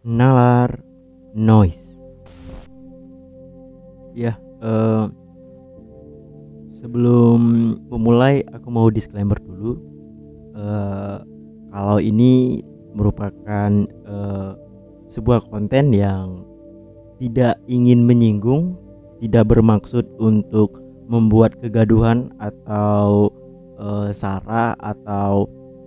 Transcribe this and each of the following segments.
Nalar noise. Ya, sebelum memulai aku mau disclaimer dulu. Kalau ini merupakan sebuah konten yang tidak ingin menyinggung, tidak bermaksud untuk membuat kegaduhan atau sara atau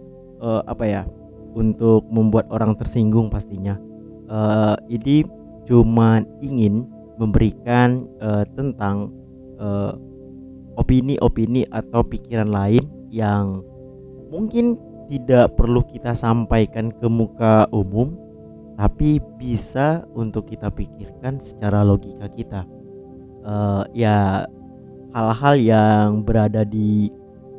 untuk membuat orang tersinggung pastinya. Ini cuma ingin memberikan tentang opini-opini atau pikiran lain yang mungkin tidak perlu kita sampaikan ke muka umum, tapi bisa untuk kita pikirkan secara logika kita. Ya, hal-hal yang berada di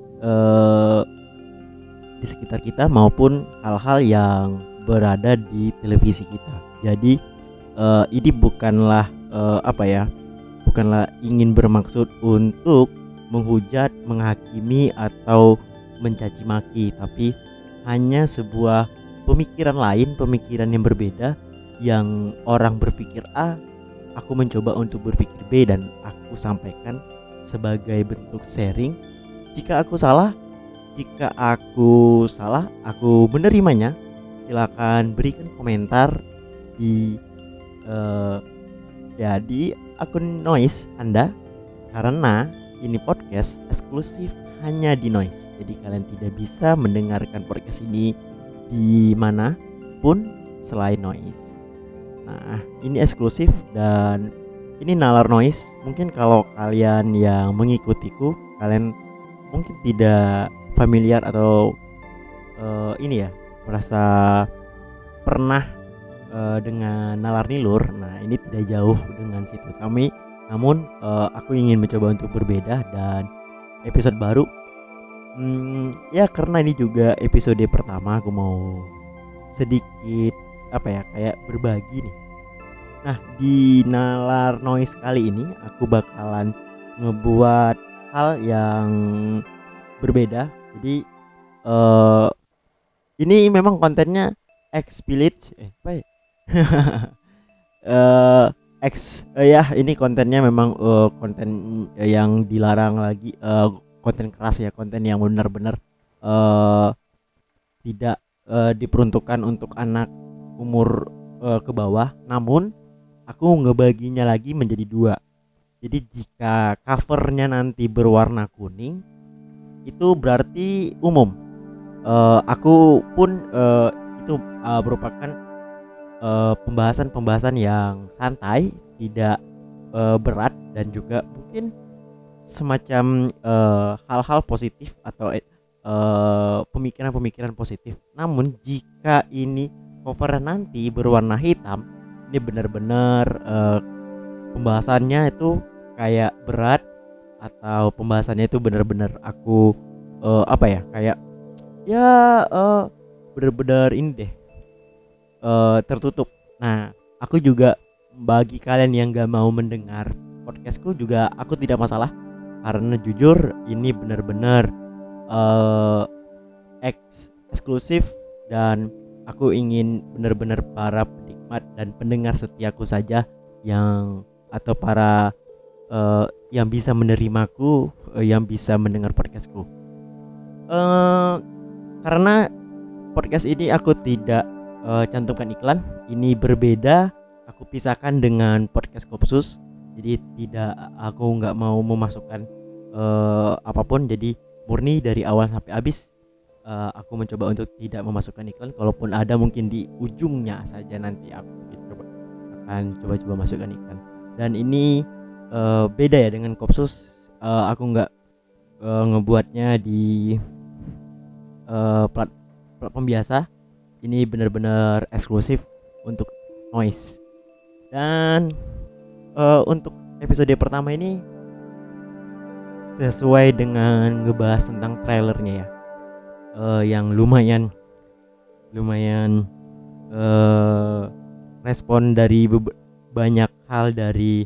sekitar kita maupun hal-hal yang berada di televisi kita. Jadi ini bukanlah bukanlah ingin bermaksud untuk menghujat, menghakimi atau mencaci maki, tapi hanya sebuah pemikiran lain, pemikiran yang berbeda, yang orang berpikir A, aku mencoba untuk berpikir B dan aku sampaikan sebagai bentuk sharing. Jika aku salah, aku menerimanya. Silakan berikan komentar di akun Noise Anda, karena ini podcast eksklusif hanya di Noise. Jadi kalian tidak bisa mendengarkan podcast ini di mana pun selain Noise. Nah, ini eksklusif dan ini Nalar Noise. Mungkin kalau kalian yang mengikutiku, kalian mungkin tidak familiar atau merasa pernah dengan Nalar Nilur. Nah, ini tidak jauh dengan situ kami. Namun aku ingin mencoba untuk berbeda dan episode baru. Ya, karena ini juga episode pertama, aku mau sedikit kayak berbagi nih. Nah, di Nalar Noise kali ini aku bakalan ngebuat hal yang berbeda. Jadi ini memang kontennya explicit ini kontennya memang konten yang dilarang lagi, konten keras ya, konten yang benar-benar tidak diperuntukkan untuk anak umur ke bawah. Namun aku ngebaginya lagi menjadi dua. Jadi jika covernya nanti berwarna kuning, itu berarti umum. Aku pun itu merupakan pembahasan yang santai, tidak berat, dan juga mungkin semacam hal-hal positif atau pemikiran-pemikiran positif. Namun jika ini cover nanti berwarna hitam, ini benar-benar pembahasannya itu kayak berat, atau pembahasannya itu benar-benar aku benar-benar ini deh, tertutup. Nah, aku juga bagi kalian yang gak mau mendengar podcastku juga aku tidak masalah, karena jujur ini benar-benar eksklusif dan aku ingin benar-benar para penikmat dan pendengar setiaku saja yang atau para yang bisa menerimaku, yang bisa mendengar podcastku. Karena podcast ini aku tidak cantumkan iklan. Ini berbeda, aku pisahkan dengan podcast Kopsus. Jadi aku nggak mau memasukkan apapun. Jadi murni dari awal sampai habis. Aku mencoba untuk tidak memasukkan iklan. Kalaupun ada, mungkin di ujungnya saja nanti aku akan coba masukkan iklan. Dan ini beda ya dengan Kopsus. Aku nggak ngebuatnya di platform biasa. Ini benar-benar eksklusif untuk Noise. Dan untuk episode pertama ini sesuai dengan ngebahas tentang trailernya ya, yang lumayan respon dari banyak hal dari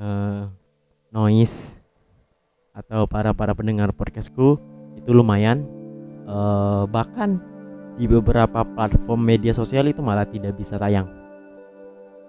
Noise atau para pendengar podcastku itu lumayan. Bahkan di beberapa platform media sosial itu malah tidak bisa tayang.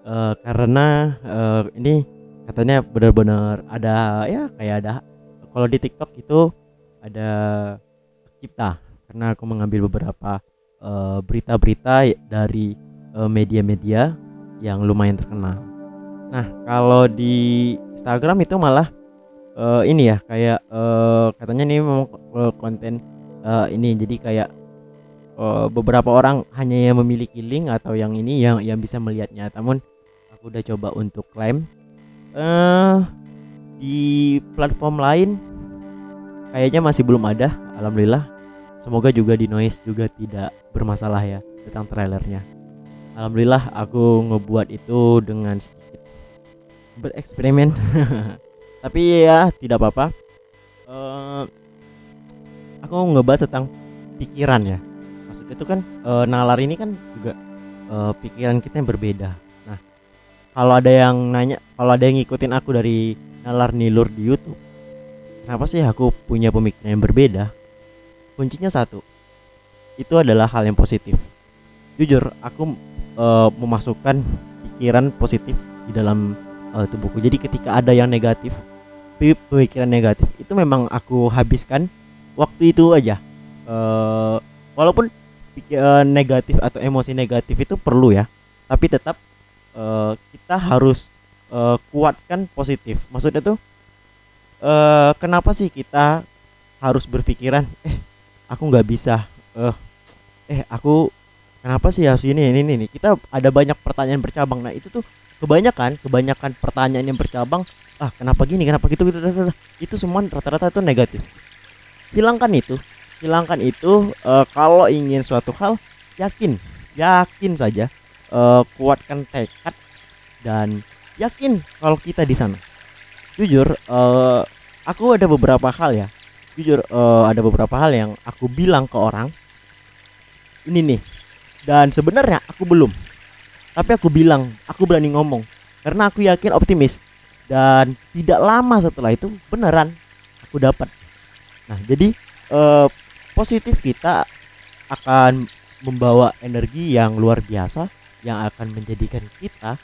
Karena ini katanya benar-benar ada ya, kayak ada kalau di TikTok itu ada hak cipta, karena aku mengambil beberapa berita-berita dari media-media yang lumayan terkenal. Nah, kalau di Instagram itu malah ini ya, kayak katanya nih memang konten ini jadi kayak beberapa orang hanya yang memiliki link atau yang ini yang bisa melihatnya. Namun aku udah coba untuk klaim eh di platform lain kayaknya masih belum ada. Alhamdulillah. Semoga juga di Noise juga tidak bermasalah ya tentang trailernya. Alhamdulillah aku ngebuat itu dengan sedikit bereksperimen. Tapi ya tidak apa-apa. Eh, aku ngebahas tentang pikiran ya. Maksudnya itu kan nalar ini kan juga pikiran kita yang berbeda. Nah, kalau ada yang nanya, kalau ada yang ngikutin aku dari nalar nilur di YouTube, kenapa sih aku punya pemikiran yang berbeda? Kuncinya satu, itu adalah hal yang positif. Jujur, aku memasukkan pikiran positif di dalam tubuhku. Jadi ketika ada yang negatif, pemikiran negatif, itu memang aku habiskan waktu itu aja. Walaupun negatif atau emosi negatif itu perlu ya, tapi tetap kita harus kuatkan positif. Maksudnya tuh kenapa sih kita harus berpikiran aku nggak bisa, aku kenapa sih harus ini kita ada banyak pertanyaan bercabang. Nah itu tuh kebanyakan pertanyaan yang bercabang, kenapa gini, kenapa gitu, itu semua rata-rata itu negatif. Hilangkan itu kalau ingin suatu hal, yakin saja, kuatkan tekad dan yakin kalau kita di sana. Jujur, aku ada beberapa hal ya. Ada beberapa hal yang aku bilang ke orang ini nih, dan sebenarnya aku belum, tapi aku bilang, aku berani ngomong karena aku yakin, optimis, dan tidak lama setelah itu beneran aku dapat. Nah jadi positif kita akan membawa energi yang luar biasa yang akan menjadikan kita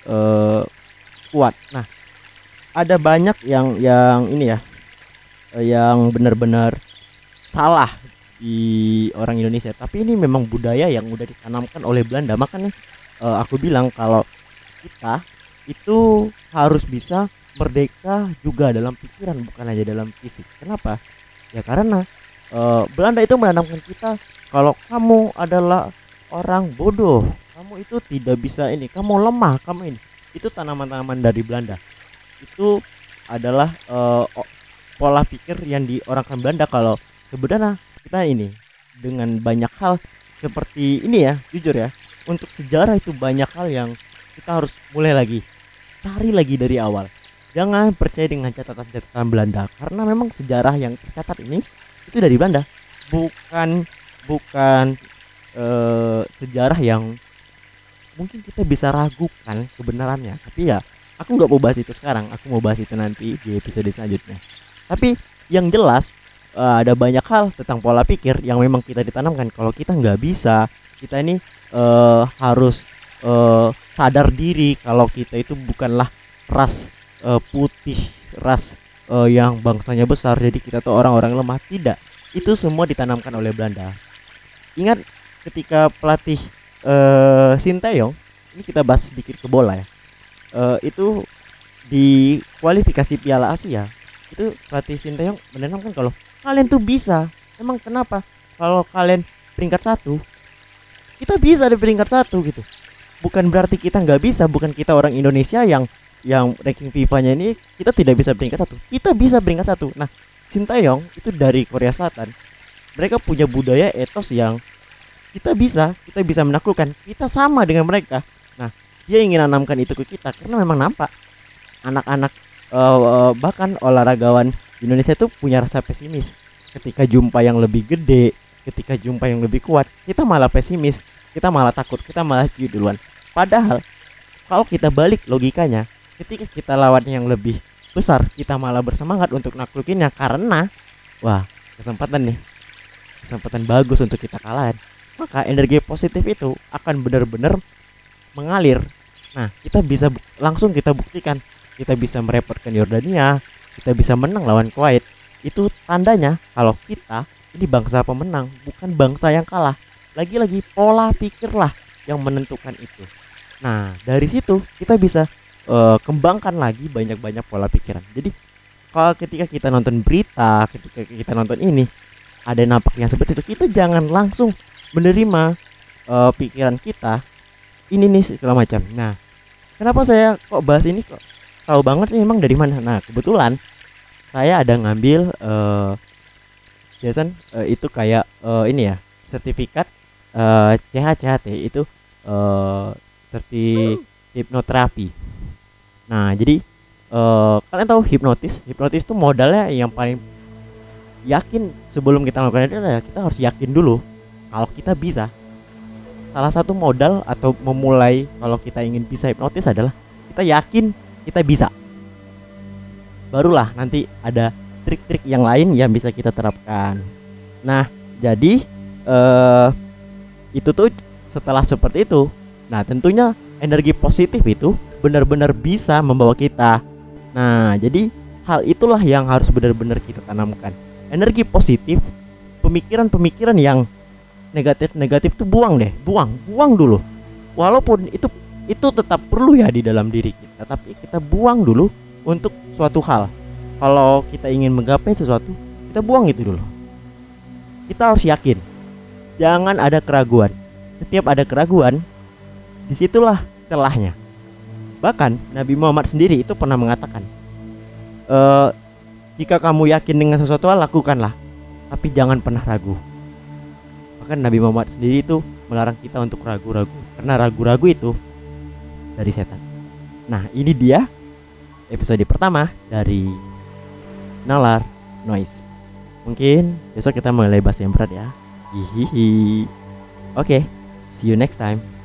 kuat. Nah, ada banyak yang ini ya, yang benar-benar salah di orang Indonesia, tapi ini memang budaya yang udah ditanamkan oleh Belanda. Makanya aku bilang kalau kita itu harus bisa merdeka juga dalam pikiran, bukan aja dalam fisik. Kenapa? Ya karena Belanda itu menanamkan kita kalau kamu adalah orang bodoh, kamu itu tidak bisa ini, kamu lemah, kamu ini. Itu tanaman-tanaman dari Belanda. Itu adalah pola pikir yang diorangkan Belanda. Kalau sebenarnya kita ini dengan banyak hal seperti ini ya, jujur ya, untuk sejarah itu banyak hal yang kita harus mulai lagi, cari lagi dari awal. Jangan percaya dengan catatan-catatan Belanda, karena memang sejarah yang tercatat ini itu dari Belanda, bukan sejarah yang mungkin kita bisa ragukan kebenarannya. Tapi ya aku nggak mau bahas itu sekarang, aku mau bahas itu nanti di episode selanjutnya. Tapi yang jelas ada banyak hal tentang pola pikir yang memang kita ditanamkan. Kalau kita nggak bisa, kita ini harus sadar diri kalau kita itu bukanlah ras putih, ras yang bangsanya besar, jadi kita tuh orang-orang lemah. Tidak, itu semua ditanamkan oleh Belanda. Ingat ketika pelatih Sinteyong, ini kita bahas sedikit ke bola ya, itu di kualifikasi Piala Asia, itu pelatih Sinteyong menanamkan kalau kalian tuh bisa. Emang kenapa kalau kalian peringkat 1, kita bisa di peringkat 1 gitu. Bukan berarti kita nggak bisa, bukan kita orang Indonesia yang ranking FIFA-nya ini kita tidak bisa peringkat 1. Kita bisa peringkat 1. Nah, Sinteyong itu dari Korea Selatan. Mereka punya budaya etos yang kita bisa menaklukkan. Kita sama dengan mereka. Nah, dia ingin menanamkan itu ke kita karena memang nampak anak-anak bahkan olahragawan Indonesia itu punya rasa pesimis. Ketika jumpa yang lebih gede, ketika jumpa yang lebih kuat, kita malah pesimis, kita malah takut, kita malah ciut duluan. Padahal kalau kita balik logikanya, ketika kita lawan yang lebih besar, kita malah bersemangat untuk naklukinnya karena wah, kesempatan bagus untuk kita kalahin. Maka energi positif itu akan benar-benar mengalir Nah, kita bisa langsung kita buktikan, kita bisa merepotkan Yordania, kita bisa menang lawan Kuwait. Itu tandanya kalau kita ini bangsa pemenang, bukan bangsa yang kalah. Lagi-lagi pola pikirlah yang menentukan itu. Nah, dari situ kita bisa kembangkan lagi banyak-banyak pola pikiran. Jadi kalau ketika kita nonton berita, ketika kita nonton ini ada nampaknya seperti itu, kita jangan langsung menerima pikiran kita ini nih segala macam. Nah, kenapa saya kok bahas ini kok tahu banget sih emang dari mana? Nah, kebetulan saya ada ngambil Jason itu kayak ini ya, sertifikat CHCHT itu serti hipnoterapi. Nah, jadi kalian tahu hipnotis? Hipnotis itu modalnya yang paling yakin sebelum kita lakukan itu adalah kita harus yakin dulu kalau kita bisa. Salah satu modal atau memulai kalau kita ingin bisa hipnotis adalah kita yakin kita bisa. Barulah nanti ada trik-trik yang lain yang bisa kita terapkan. Nah, jadi itu tuh setelah seperti itu, nah tentunya energi positif itu benar-benar bisa membawa kita. Nah, jadi hal itulah yang harus benar-benar kita tanamkan. Energi positif, pemikiran-pemikiran yang negatif tuh buang deh, buang dulu. Walaupun itu tetap perlu ya di dalam diri kita, tapi kita buang dulu untuk suatu hal. Kalau kita ingin menggapai sesuatu, kita buang itu dulu. Kita harus yakin, jangan ada keraguan. Setiap ada keraguan, disitulah celahnya. Bahkan Nabi Muhammad sendiri itu pernah mengatakan, jika kamu yakin dengan sesuatu hal, lakukanlah, tapi jangan pernah ragu. Bahkan Nabi Muhammad sendiri itu melarang kita untuk ragu-ragu, karena ragu-ragu itu dari setan. Nah, ini dia episode pertama dari Nalar Noise. Mungkin besok kita mulai bahas yang berat ya. Hihihi. Oke, see you next time.